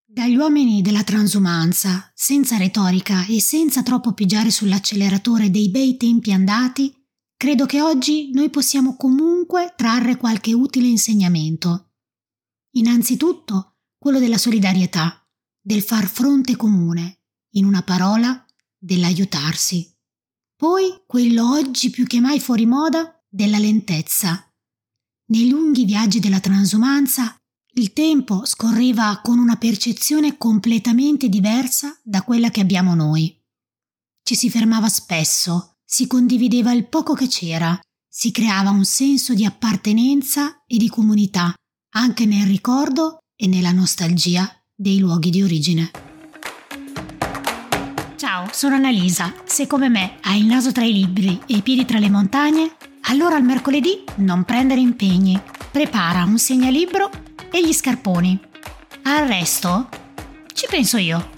Dagli uomini della transumanza, senza retorica e senza troppo pigiare sull'acceleratore dei bei tempi andati, credo che oggi noi possiamo comunque trarre qualche utile insegnamento. Innanzitutto, quello della solidarietà, del far fronte comune, in una parola, dell'aiutarsi. Poi, quello oggi più che mai fuori moda, della lentezza. Nei lunghi viaggi della transumanza, il tempo scorreva con una percezione completamente diversa da quella che abbiamo noi. Ci si fermava spesso, si condivideva il poco che c'era, si creava un senso di appartenenza e di comunità, anche nel ricordo e nella nostalgia dei luoghi di origine. Ciao, sono Annalisa. Se come me hai il naso tra i libri e i piedi tra le montagne, allora il mercoledì non prendere impegni. Prepara un segnalibro e gli scarponi. Al resto ci penso io.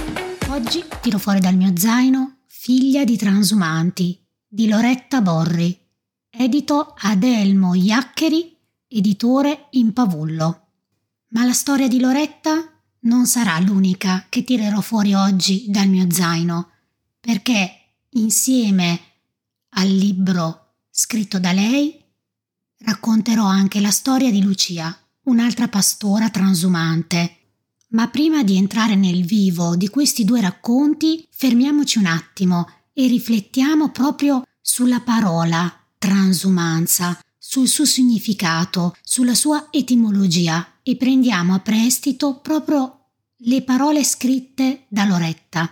Oggi tiro fuori dal mio zaino Figlia di transumanti di Loretta Borri, edito Adelmo Iaccheri, editore Impavullo. Ma la storia di Loretta non sarà l'unica che tirerò fuori oggi dal mio zaino, perché insieme al libro scritto da lei racconterò anche la storia di Lucia, un'altra pastora transumante. Ma prima di entrare nel vivo di questi due racconti, fermiamoci un attimo e riflettiamo proprio sulla parola transumanza, sul suo significato, sulla sua etimologia e prendiamo a prestito proprio le parole scritte da Loretta.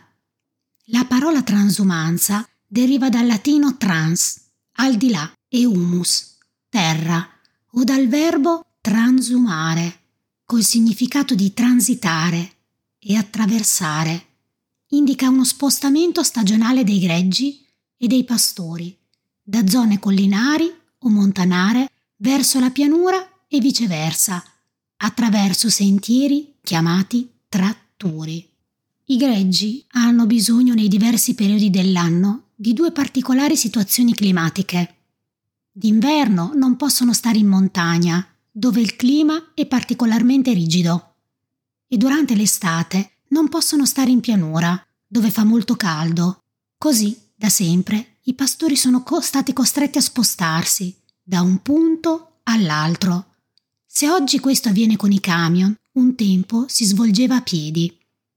La parola transumanza deriva dal latino trans, al di là, e humus, terra, o dal verbo transumare, col significato di transitare e attraversare. Indica uno spostamento stagionale dei greggi e dei pastori, da zone collinari o montanare verso la pianura e viceversa, attraverso sentieri chiamati tratturi. I greggi hanno bisogno nei diversi periodi dell'anno di due particolari situazioni climatiche. D'inverno non possono stare in montagna, dove il clima è particolarmente rigido, e durante l'estate non possono stare in pianura, dove fa molto caldo. Così, da sempre, i pastori sono stati costretti a spostarsi da un punto all'altro. Se oggi questo avviene con i camion, un tempo si svolgeva a piedi.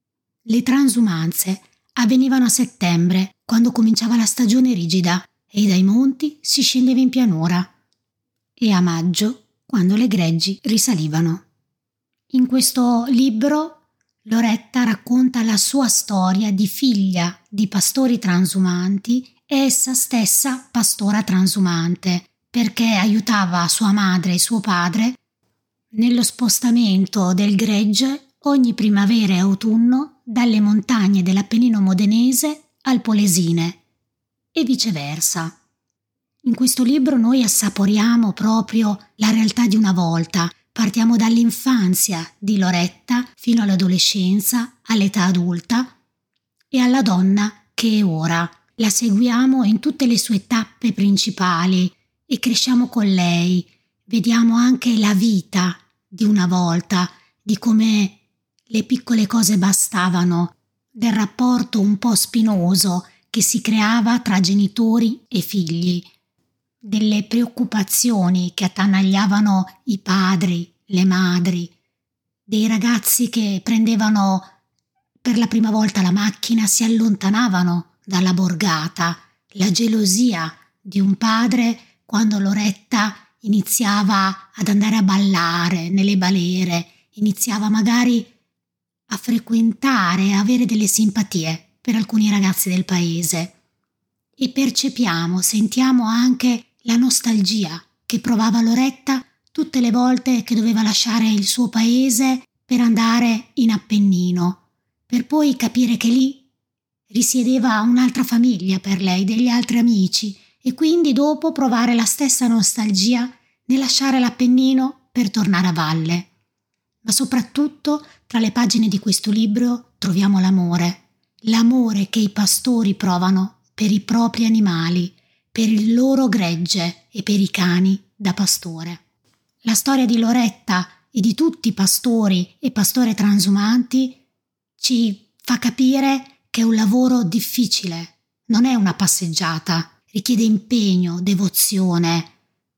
Le transumanze avvenivano a settembre, quando cominciava la stagione rigida, e dai monti si scendeva in pianura, e a maggio, quando le greggi risalivano. In questo libro Loretta racconta la sua storia di figlia di pastori transumanti e essa stessa pastora transumante, perché aiutava sua madre e suo padre nello spostamento del gregge ogni primavera e autunno dalle montagne dell'Appennino modenese al Polesine e viceversa. In questo libro noi assaporiamo proprio la realtà di una volta. Partiamo dall'infanzia di Loretta fino all'adolescenza, all'età adulta e alla donna che è ora. La seguiamo in tutte le sue tappe principali e cresciamo con lei. Vediamo anche la vita di una volta, di come le piccole cose bastavano, del rapporto un po' spinoso che si creava tra genitori e figli, delle preoccupazioni che attanagliavano i padri, le madri, dei ragazzi che prendevano per la prima volta la macchina, si allontanavano dalla borgata, la gelosia di un padre quando Loretta iniziava ad andare a ballare nelle balere, iniziava magari a frequentare, a avere delle simpatie per alcuni ragazzi del paese. E percepiamo, sentiamo anche la nostalgia che provava Loretta tutte le volte che doveva lasciare il suo paese per andare in Appennino, per poi capire che lì risiedeva un'altra famiglia per lei, degli altri amici, e quindi dopo provare la stessa nostalgia nel lasciare l'Appennino per tornare a valle. Ma soprattutto tra le pagine di questo libro troviamo l'amore che i pastori provano per i propri animali, per il loro gregge e per i cani da pastore. La storia di Loretta e di tutti i pastori e pastore transumanti ci fa capire che è un lavoro difficile, non è una passeggiata, richiede impegno, devozione,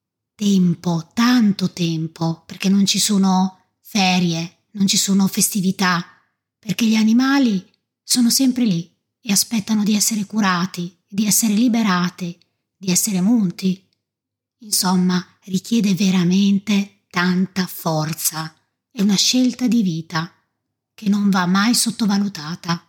tempo, tanto tempo, perché non ci sono ferie, non ci sono festività, perché gli animali sono sempre lì e aspettano di essere curati, di essere liberati, di essere munti. Insomma, richiede veramente tanta forza. È una scelta di vita che non va mai sottovalutata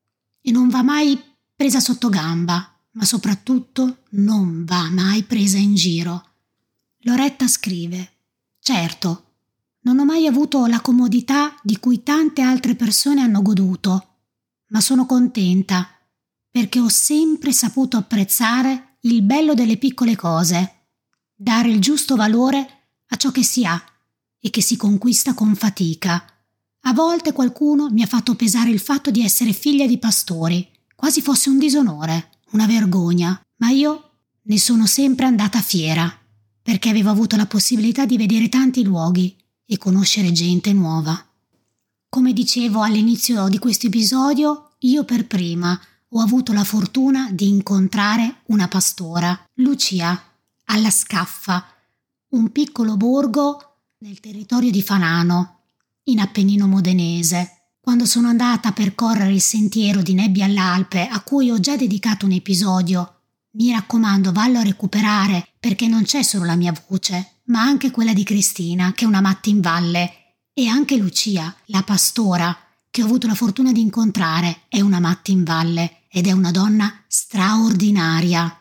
e non va mai presa sotto gamba, ma soprattutto non va mai presa in giro. Loretta scrive: certo, non ho mai avuto la comodità di cui tante altre persone hanno goduto, ma sono contenta perché ho sempre saputo apprezzare il bello delle piccole cose, dare il giusto valore a ciò che si ha e che si conquista con fatica. A volte qualcuno mi ha fatto pesare il fatto di essere figlia di pastori, quasi fosse un disonore, una vergogna, ma io ne sono sempre andata fiera, perché avevo avuto la possibilità di vedere tanti luoghi e conoscere gente nuova. Come dicevo all'inizio di questo episodio, io per prima ho avuto la fortuna di incontrare una pastora, Lucia, alla Scaffa, un piccolo borgo nel territorio di Fanano, in Appennino modenese. Quando sono andata a percorrere il sentiero di Nebbia all'Alpe, a cui ho già dedicato un episodio, mi raccomando, vallo a recuperare perché non c'è solo la mia voce, ma anche quella di Cristina, che è una matta in valle, e anche Lucia, la pastora, che ho avuto la fortuna di incontrare, è una matta in valle ed è una donna straordinaria.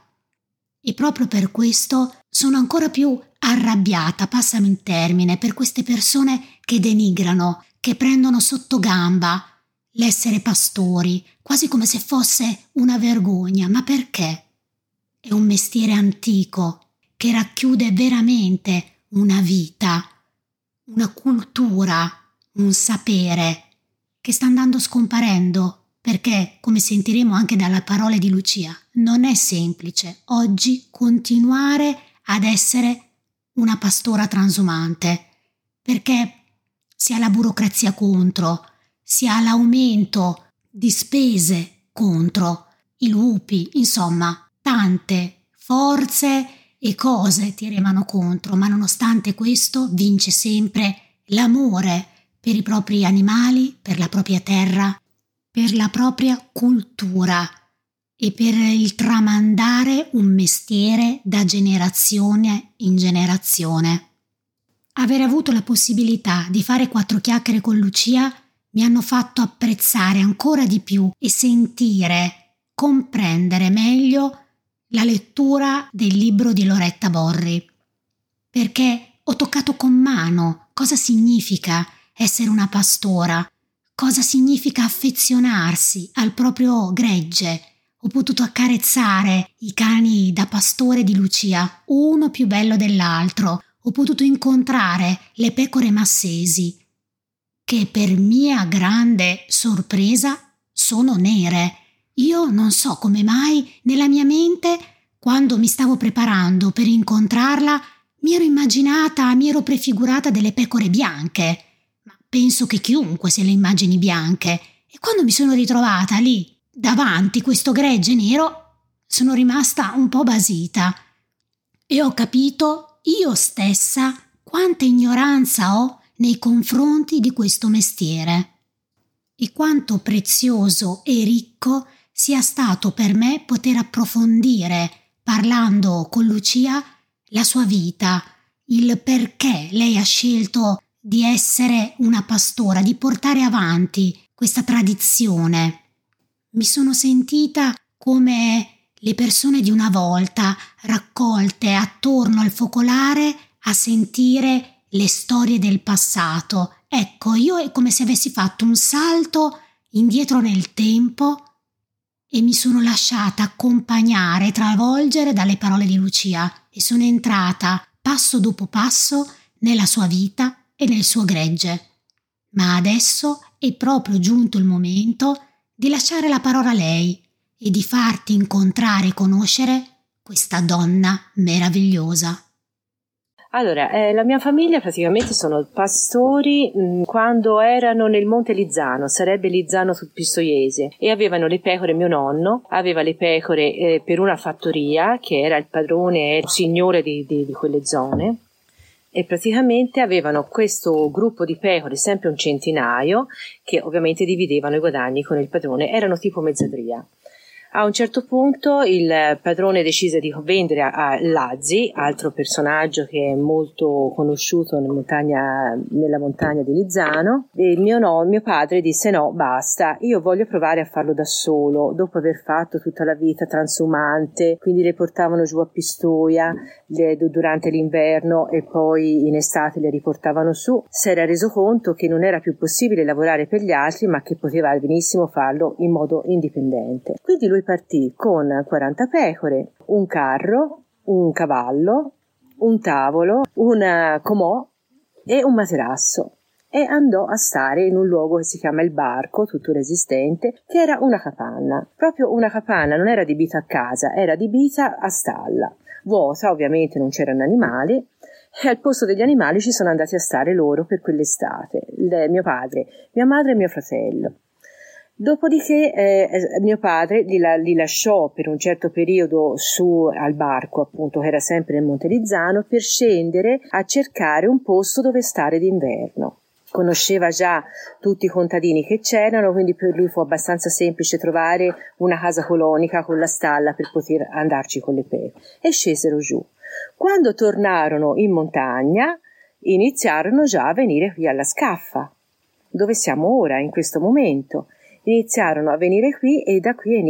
E proprio per questo sono ancora più arrabbiata, passami il termine, per queste persone che denigrano, che prendono sotto gamba l'essere pastori, quasi come se fosse una vergogna. Ma perché? È un mestiere antico che racchiude veramente una vita, una cultura, un sapere che sta andando scomparendo. Perché, come sentiremo anche dalle parole di Lucia, non è semplice oggi continuare ad essere una pastora transumante, perché si ha la burocrazia contro, si ha l'aumento di spese contro, i lupi, insomma, tante forze e cose ti remano contro, ma nonostante questo vince sempre l'amore per i propri animali, per la propria terra, per la propria cultura e per il tramandare un mestiere da generazione in generazione. Aver avuto la possibilità di fare 4 chiacchiere con Lucia mi hanno fatto apprezzare ancora di più e sentire, comprendere meglio la lettura del libro di Loretta Borri, perché ho toccato con mano cosa significa essere una pastora, cosa significa affezionarsi al proprio gregge. Ho potuto accarezzare i cani da pastore di Lucia, uno più bello dell'altro. Ho potuto incontrare le pecore massesi, che per mia grande sorpresa sono nere. Io non so come mai nella mia mente, quando mi stavo preparando per incontrarla, mi ero prefigurata delle pecore bianche. Ma penso che chiunque se le immagini bianche. E quando mi sono ritrovata lì, davanti questo gregge nero, sono rimasta un po' basita e ho capito io stessa quanta ignoranza ho nei confronti di questo mestiere e quanto prezioso e ricco sia stato per me poter approfondire, parlando con Lucia, la sua vita, il perché lei ha scelto di essere una pastora, di portare avanti questa tradizione. Mi sono sentita come le persone di una volta, raccolte attorno al focolare a sentire le storie del passato. Ecco, io è come se avessi fatto un salto indietro nel tempo e mi sono lasciata accompagnare e travolgere dalle parole di Lucia e sono entrata passo dopo passo nella sua vita e nel suo gregge. Ma adesso è proprio giunto il momento di lasciare la parola a lei e di farti incontrare e conoscere questa donna meravigliosa. Allora, la mia famiglia praticamente sono pastori quando erano nel Monte Lizzano, sarebbe Lizzano sul Pistoiese, e avevano le pecore. Mio nonno aveva le pecore per una fattoria che era il padrone, il signore di quelle zone, e praticamente avevano questo gruppo di pecore, sempre un centinaio, che ovviamente dividevano i guadagni con il padrone, erano tipo mezzadria. A un certo punto il padrone decise di vendere a Lazzi, altro personaggio che è molto conosciuto nella montagna di Lizzano, e mio padre disse no, basta, io voglio provare a farlo da solo, dopo aver fatto tutta la vita transumante, quindi le portavano giù a Pistoia durante l'inverno e poi in estate le riportavano su. Si era reso conto che non era più possibile lavorare per gli altri, ma che poteva benissimo farlo in modo indipendente. Quindi lui partì con 40 pecore, un carro, un cavallo, un tavolo, un comò e un materasso, e andò a stare in un luogo che si chiama il Barco, tuttora esistente, che era una capanna, proprio una capanna, non era adibita a casa, era adibita a stalla, vuota, ovviamente non c'erano animali, e al posto degli animali ci sono andati a stare loro per quell'estate, mio padre, mia madre e mio fratello. Dopodiché mio padre li lasciò per un certo periodo su al Barco, appunto, che era sempre nel Monte Lizzano, per scendere a cercare un posto dove stare d'inverno. Conosceva già tutti i contadini che c'erano, quindi per lui fu abbastanza semplice trovare una casa colonica con la stalla per poter andarci con le pecore, e scesero giù. Quando tornarono in montagna iniziarono già a venire qui alla Scaffa, dove siamo ora in questo momento. Iniziarono a venire qui e da qui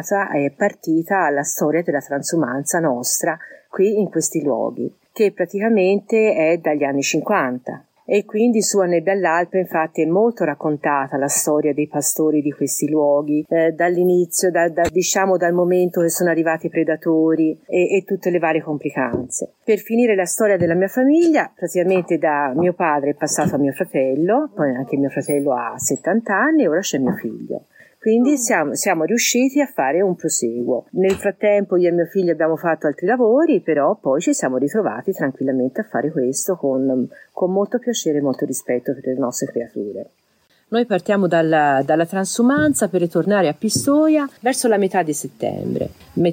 è partita la storia della transumanza nostra qui in questi luoghi, che praticamente è dagli anni 50. E quindi su A Nebbia all'Alpe infatti è molto raccontata la storia dei pastori di questi luoghi, dall'inizio, diciamo dal momento che sono arrivati i predatori e tutte le varie complicanze. Per finire la storia della mia famiglia, praticamente da mio padre è passato a mio fratello, poi anche mio fratello ha 70 anni e ora c'è mio figlio. Quindi siamo riusciti a fare un proseguo. Nel frattempo io e mio figlio abbiamo fatto altri lavori, però poi ci siamo ritrovati tranquillamente a fare questo con molto piacere e molto rispetto per le nostre creature. Noi partiamo dalla transumanza per ritornare a Pistoia verso la metà settembre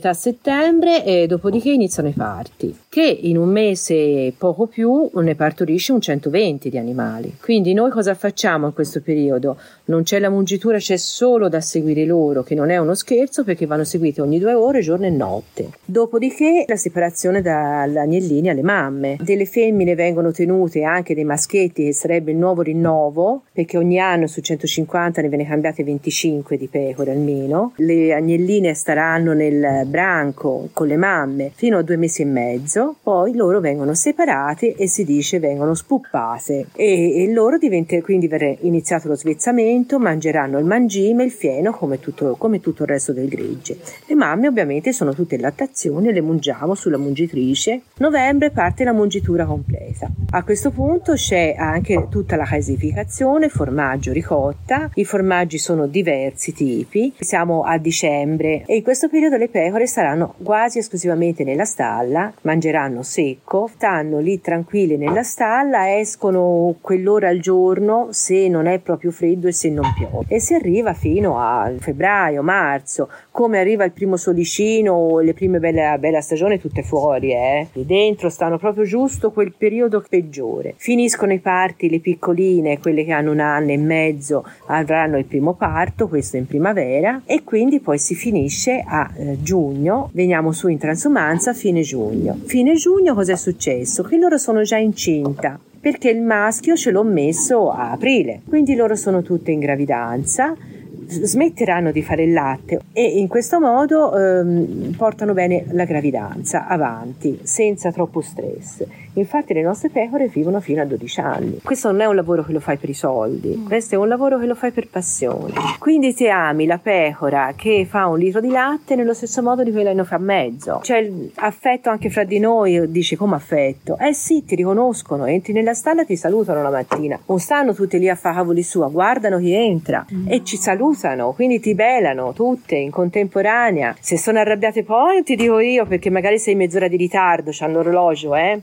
e dopodiché iniziano i parti, che in un mese poco più ne partorisce un 120 di animali. Quindi noi cosa facciamo in questo periodo? Non c'è la mungitura, c'è solo da seguire loro, che non è uno scherzo perché vanno seguite ogni 2 ore, giorno e notte. Dopodiché la separazione dagli agnellini alle mamme. Delle femmine vengono tenute, anche dei maschietti, che sarebbe il nuovo rinnovo, perché ogni anno su 150 ne viene cambiate 25 di pecore almeno. Le agnelline staranno nel branco con le mamme fino a 2 mesi e mezzo, poi loro vengono separate e si dice vengono spuppate e loro quindi verrà iniziato lo svezzamento, mangeranno il mangime, il fieno come tutto il resto del gregge. Le mamme ovviamente sono tutte in lattazione, le mungiamo sulla mungitrice. Novembre parte la mungitura completa. A questo punto c'è anche tutta la casificazione, formaggio, ricotta. I formaggi sono diversi tipi. Siamo a dicembre e in questo periodo le pecore saranno quasi esclusivamente nella stalla, mangeranno secco, stanno lì tranquille nella stalla, escono quell'ora al giorno se non è proprio freddo e se non piove, e si arriva fino a febbraio, marzo, come arriva il primo solicino, le prime bella stagione tutte fuori, lì dentro stanno proprio giusto quel periodo peggiore. Finiscono i parti, le piccoline, quelle che hanno 1 anno e mezzo avranno il primo parto, questo in primavera, e quindi poi si finisce a giugno, veniamo su in transumanza fine giugno. Fine giugno cos'è successo? Che loro sono già incinta, perché il maschio ce l'ho messo a aprile, quindi loro sono tutte in gravidanza, smetteranno di fare il latte e in questo modo portano bene la gravidanza avanti senza troppo stress. Infatti le nostre pecore vivono fino a 12 anni. Questo non è un lavoro che lo fai per i soldi, questo è un lavoro che lo fai per passione. Quindi ti ami la pecora che fa 1 litro di latte nello stesso modo di quella che ne fa mezzo. C'è affetto anche fra di noi, dici come affetto? Sì, ti riconoscono, entri nella stalla, ti salutano la mattina, non stanno tutte lì a fare cavoli sua, guardano chi entra e ci salutano, quindi ti belano tutte in contemporanea. Se sono arrabbiate poi ti dico io, perché magari sei mezz'ora di ritardo, c'hanno l'orologio, uno dice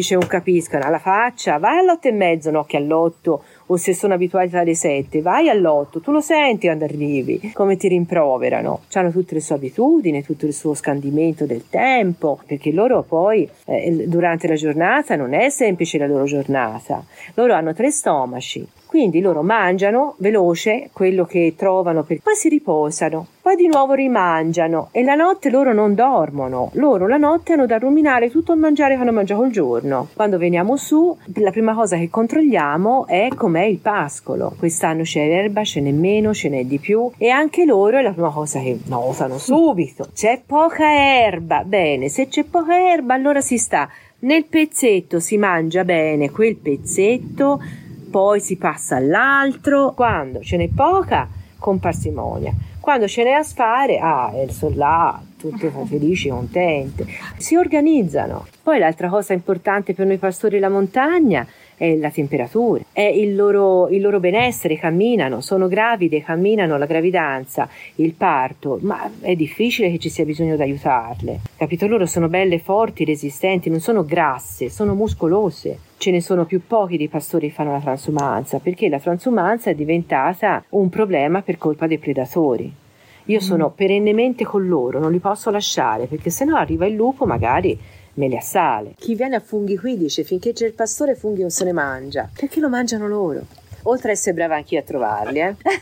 dice non capiscono, alla faccia, vai all'8:30, no che all'8, o se sono abituati alle 7, vai all'8, tu lo senti quando arrivi, come ti rimproverano, hanno tutte le sue abitudini, tutto il suo scandimento del tempo, perché loro poi durante la giornata non è semplice la loro giornata, loro hanno 3 stomaci, quindi loro mangiano veloce quello che trovano, poi si riposano, poi di nuovo rimangiano e la notte loro non dormono, loro la notte hanno da ruminare tutto il mangiare che hanno mangiato il giorno. Quando veniamo su, la prima cosa che controlliamo è com'è il pascolo. Quest'anno c'è erba, ce n'è meno, ce n'è di più, e anche loro è la prima cosa che notano subito. C'è poca erba. Bene, se c'è poca erba allora si sta nel pezzetto, si mangia bene quel pezzetto, poi si passa all'altro. Quando ce n'è poca, con parsimonia. Quando ce n'è a sfare, sono là, tutte felici, contente, si organizzano. Poi l'altra cosa importante per noi pastori della montagna è la temperatura, è il loro benessere, camminano, sono gravide, camminano la gravidanza, il parto, ma è difficile che ci sia bisogno di aiutarle, capito? Loro sono belle, forti, resistenti, non sono grasse, sono muscolose. Ce ne sono più pochi di pastori che fanno la transumanza, perché la transumanza è diventata un problema per colpa dei predatori. Io sono perennemente con loro, non li posso lasciare, perché sennò arriva il lupo, magari me li assale. Chi viene a funghi qui dice finché c'è il pastore funghi non se ne mangia, perché lo mangiano loro. Oltre a essere brava anch'io a trovarli,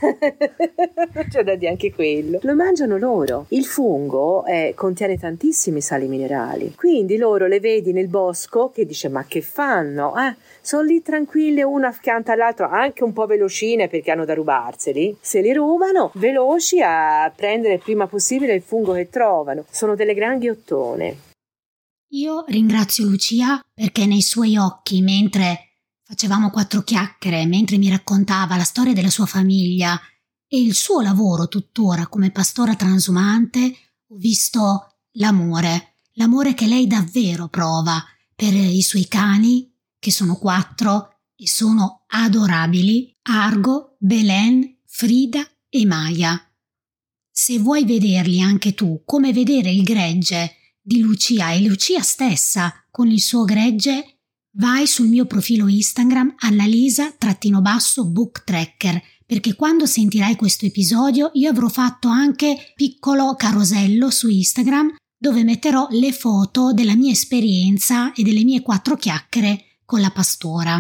c'è da dire anche quello. Lo mangiano loro. Il fungo contiene tantissimi sali minerali, quindi loro le vedi nel bosco che dice ma che fanno? Sono lì tranquille una accanto all'altra, anche un po' velocine perché hanno da rubarseli, se li rubano, veloci a prendere il prima possibile il fungo che trovano. Sono delle gran ghiottone. Io ringrazio Lucia perché nei suoi occhi, mentre facevamo 4 chiacchiere, mentre mi raccontava la storia della sua famiglia e il suo lavoro tuttora come pastora transumante, ho visto l'amore che lei davvero prova per i suoi cani, che sono 4 e sono adorabili, Argo, Belen, Frida e Maya. Se vuoi vederli anche tu, come vedere il gregge di Lucia e Lucia stessa con il suo gregge, vai sul mio profilo Instagram Annalisa_booktracker, perché quando sentirai questo episodio io avrò fatto anche piccolo carosello su Instagram dove metterò le foto della mia esperienza e delle mie 4 chiacchiere con la pastora.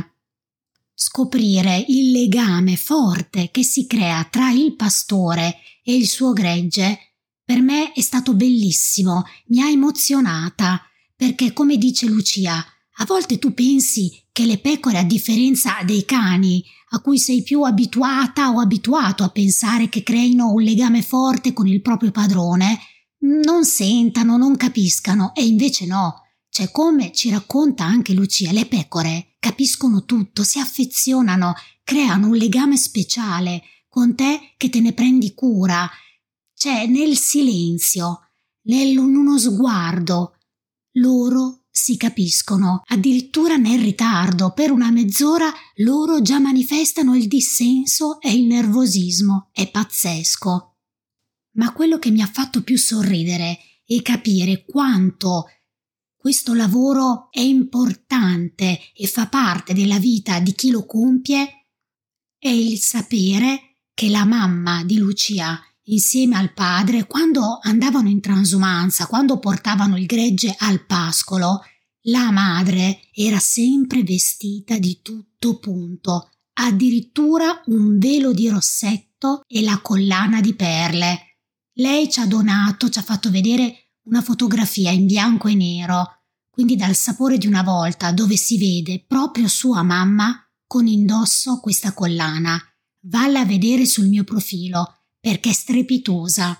Scoprire il legame forte che si crea tra il pastore e il suo gregge per me è stato bellissimo, mi ha emozionata, perché come dice Lucia, a volte tu pensi che le pecore, a differenza dei cani, a cui sei più abituata o abituato a pensare che creino un legame forte con il proprio padrone, non sentano, non capiscano, e invece no. Cioè, come ci racconta anche Lucia, le pecore capiscono tutto, si affezionano, creano un legame speciale con te che te ne prendi cura. Cioè, nel silenzio, in uno sguardo, loro si capiscono, addirittura nel ritardo, per una mezz'ora loro già manifestano il dissenso e il nervosismo, è pazzesco. Ma quello che mi ha fatto più sorridere è capire quanto questo lavoro è importante e fa parte della vita di chi lo compie, è il sapere che la mamma di Lucia insieme al padre, quando andavano in transumanza, quando portavano il gregge al pascolo, la madre era sempre vestita di tutto punto, addirittura un velo di rossetto e la collana di perle. Lei ci ha fatto vedere una fotografia in bianco e nero, quindi dal sapore di una volta, dove si vede proprio sua mamma con indosso questa collana. Valla a vedere sul mio profilo, perché è strepitosa.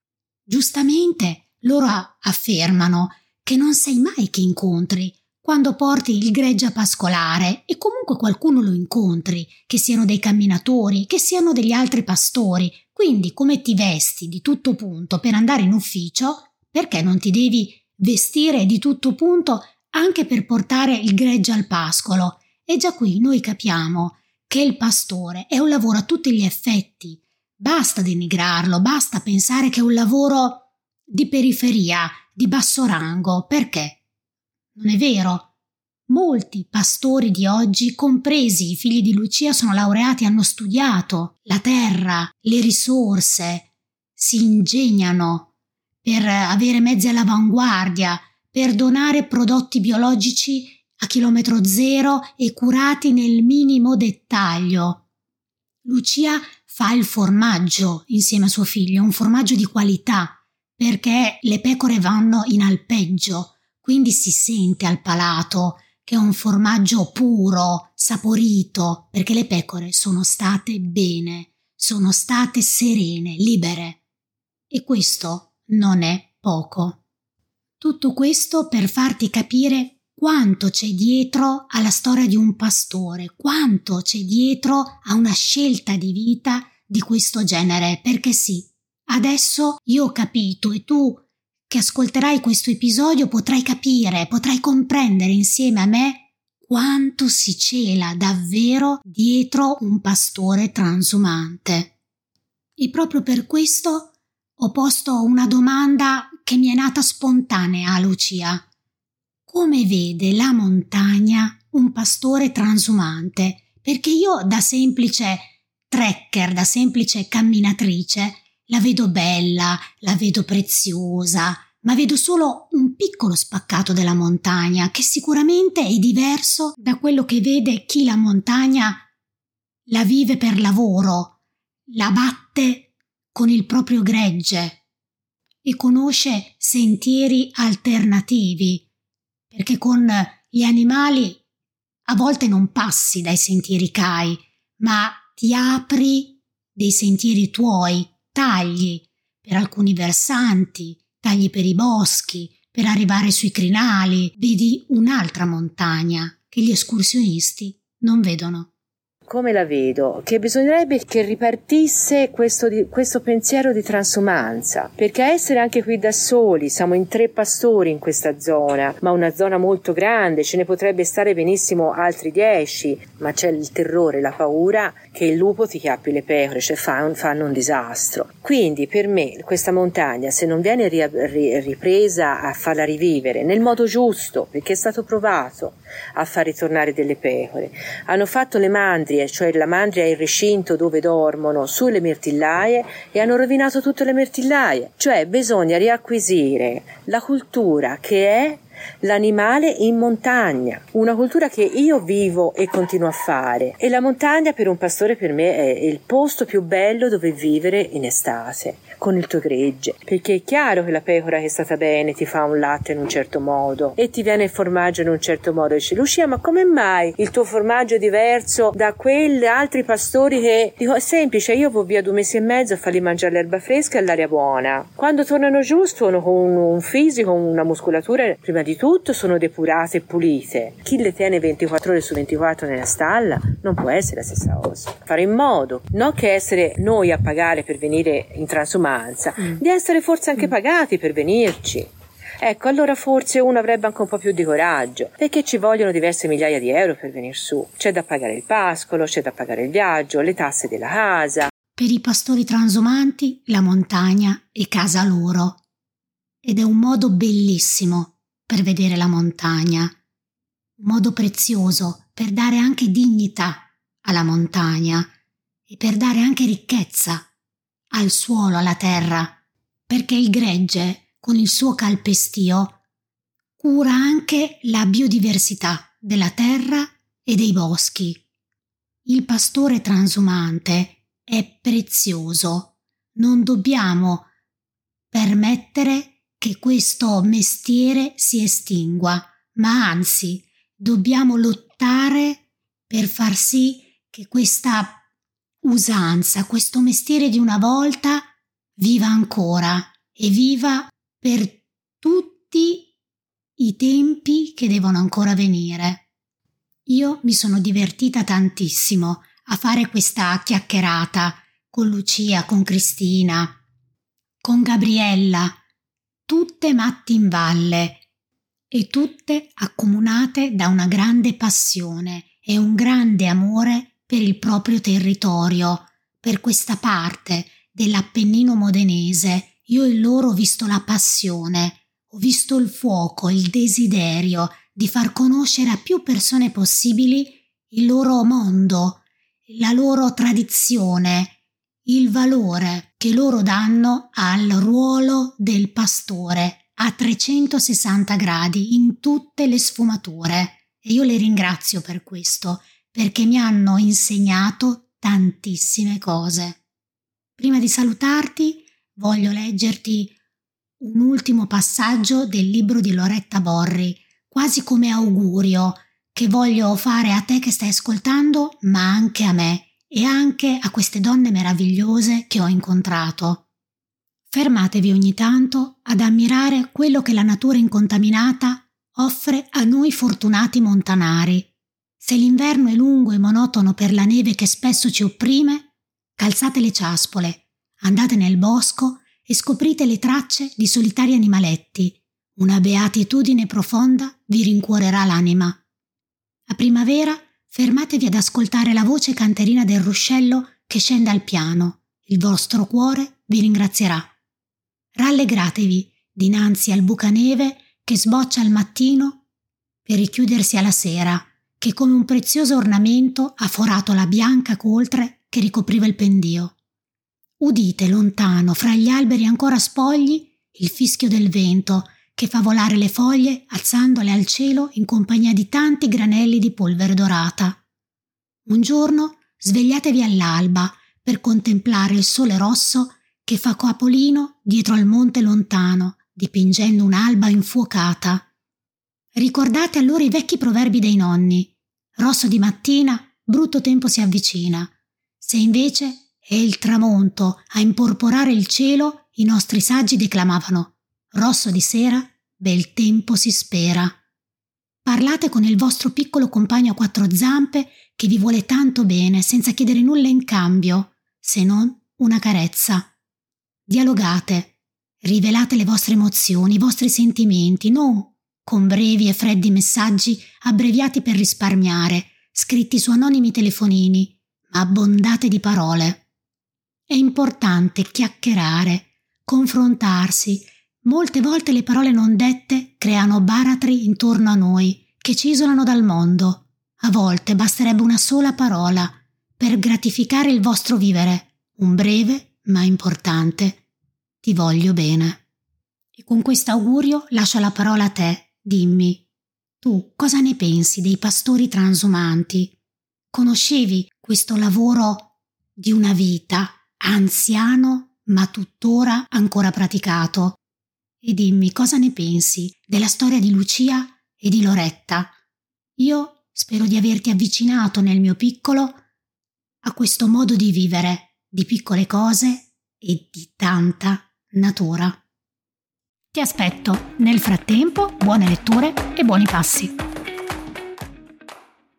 Giustamente loro affermano che non sai mai che incontri quando porti il gregge a pascolare, e comunque qualcuno lo incontri, che siano dei camminatori, che siano degli altri pastori. Quindi come ti vesti di tutto punto per andare in ufficio, perché non ti devi vestire di tutto punto anche per portare il gregge al pascolo? E già qui noi capiamo che il pastore è un lavoro a tutti gli effetti. Basta denigrarlo, basta pensare che è un lavoro di periferia, di basso rango, perché non è vero. Molti pastori di oggi, compresi i figli di Lucia, sono laureati, hanno studiato la terra, le risorse, si ingegnano per avere mezzi all'avanguardia, per donare prodotti biologici a chilometro zero e curati nel minimo dettaglio. Lucia fa il formaggio insieme a suo figlio, un formaggio di qualità, perché le pecore vanno in alpeggio, quindi si sente al palato che è un formaggio puro, saporito, perché le pecore sono state bene, sono state serene, libere. E questo non è poco. Tutto questo per farti capire quanto c'è dietro alla storia di un pastore, quanto c'è dietro a una scelta di vita di questo genere, perché sì, adesso io ho capito e tu che ascolterai questo episodio potrai capire, potrai comprendere insieme a me quanto si cela davvero dietro un pastore transumante. E proprio per questo ho posto una domanda che mi è nata spontanea a Lucia. Come vede la montagna un pastore transumante? Perché io da semplice trekker, da semplice camminatrice, la vedo bella, la vedo preziosa, ma vedo solo un piccolo spaccato della montagna che sicuramente è diverso da quello che vede chi la montagna la vive per lavoro, la batte con il proprio gregge e conosce sentieri alternativi, perché con gli animali a volte non passi dai sentieri CAI, ma ti apri dei sentieri tuoi, tagli per alcuni versanti, tagli per i boschi, per arrivare sui crinali, vedi un'altra montagna che gli escursionisti non vedono. Come la vedo? Che bisognerebbe che ripartisse questo pensiero di transumanza, perché a essere anche qui da soli, siamo in 3 pastori in questa zona, ma una zona molto grande, ce ne potrebbe stare benissimo altri 10, ma c'è il terrore, la paura che il lupo ti chiappi le pecore, cioè fanno un disastro. Quindi per me questa montagna, se non viene ripresa a farla rivivere nel modo giusto, perché è stato provato a far ritornare delle pecore, hanno fatto le mandrie, cioè la mandria è il recinto dove dormono, sulle mirtillaie, e hanno rovinato tutte le mirtillaie. Cioè bisogna riacquisire la cultura che è l'animale in montagna, una cultura che io vivo e continuo a fare, e la montagna per un pastore, per me, è il posto più bello dove vivere in estate con il tuo gregge, perché è chiaro che la pecora che è stata bene ti fa un latte in un certo modo e ti viene il formaggio in un certo modo. Dice: Lucia, ma come mai il tuo formaggio è diverso da quegli altri pastori? Che dico: è semplice, io vado via 2 mesi e mezzo a fargli mangiare l'erba fresca e l'aria buona, quando tornano giù sono con un fisico, una muscolatura, prima di tutto sono depurate e pulite. Chi le tiene 24 ore su 24 nella stalla non può essere la stessa cosa. Fare in modo, non che essere noi a pagare per venire in transumanza, di essere forse anche pagati per venirci. Ecco, allora forse uno avrebbe anche un po' più di coraggio, perché ci vogliono diverse migliaia di euro per venire su. C'è da pagare il pascolo, c'è da pagare il viaggio, le tasse della casa. Per i pastori transumanti la montagna è casa loro ed è un modo bellissimo per vedere la montagna, un modo prezioso per dare anche dignità alla montagna e per dare anche ricchezza al suolo, alla terra, perché il gregge con il suo calpestio cura anche la biodiversità della terra e dei boschi. Il pastore transumante è prezioso, non dobbiamo permettere che questo mestiere si estingua, ma anzi dobbiamo lottare per far sì che questa usanza, questo mestiere di una volta viva ancora e viva per tutti i tempi che devono ancora venire. Io mi sono divertita tantissimo a fare questa chiacchierata con Lucia, con Cristina, con Gabriella, tutte matte in valle e tutte accomunate da una grande passione e un grande amore per il proprio territorio, per questa parte dell'Appennino modenese. Io in loro ho visto la passione, ho visto il fuoco, il desiderio di far conoscere a più persone possibili il loro mondo, la loro tradizione, il valore che loro danno al ruolo del pastore a 360 gradi in tutte le sfumature. E io le ringrazio per questo, perché mi hanno insegnato tantissime cose. Prima di salutarti, voglio leggerti un ultimo passaggio del libro di Loretta Borri, quasi come augurio, che voglio fare a te che stai ascoltando, ma anche a me e anche a queste donne meravigliose che ho incontrato. Fermatevi ogni tanto ad ammirare quello che la natura incontaminata offre a noi fortunati montanari. Se l'inverno è lungo e monotono per la neve che spesso ci opprime, calzate le ciaspole, andate nel bosco e scoprite le tracce di solitari animaletti. Una beatitudine profonda vi rincuorerà l'anima. A primavera fermatevi ad ascoltare la voce canterina del ruscello che scende al piano. Il vostro cuore vi ringrazierà. Rallegratevi dinanzi al bucaneve che sboccia al mattino per richiudersi alla sera, che come un prezioso ornamento ha forato la bianca coltre che ricopriva il pendio. Udite lontano, fra gli alberi ancora spogli, il fischio del vento che fa volare le foglie alzandole al cielo in compagnia di tanti granelli di polvere dorata. Un giorno svegliatevi all'alba per contemplare il sole rosso che fa capolino dietro al monte lontano, dipingendo un'alba infuocata. Ricordate allora i vecchi proverbi dei nonni. Rosso di mattina, brutto tempo si avvicina. Se invece è il tramonto a imporporare il cielo, i nostri saggi declamavano: rosso di sera, bel tempo si spera. Parlate con il vostro piccolo compagno a quattro zampe che vi vuole tanto bene senza chiedere nulla in cambio, se non una carezza. Dialogate, rivelate le vostre emozioni, i vostri sentimenti, non con brevi e freddi messaggi abbreviati per risparmiare, scritti su anonimi telefonini, ma abbondate di parole. È importante chiacchierare, confrontarsi. Molte volte le parole non dette creano baratri intorno a noi che ci isolano dal mondo. A volte basterebbe una sola parola per gratificare il vostro vivere, un breve ma importante "ti voglio bene". E con questo augurio lascio la parola a te. Dimmi, tu cosa ne pensi dei pastori transumanti? Conoscevi questo lavoro di una vita, anziano ma tuttora ancora praticato? E dimmi cosa ne pensi della storia di Lucia e di Loretta. Io spero di averti avvicinato nel mio piccolo a questo modo di vivere, di piccole cose e di tanta natura. Ti aspetto. Nel frattempo, buone letture e buoni passi.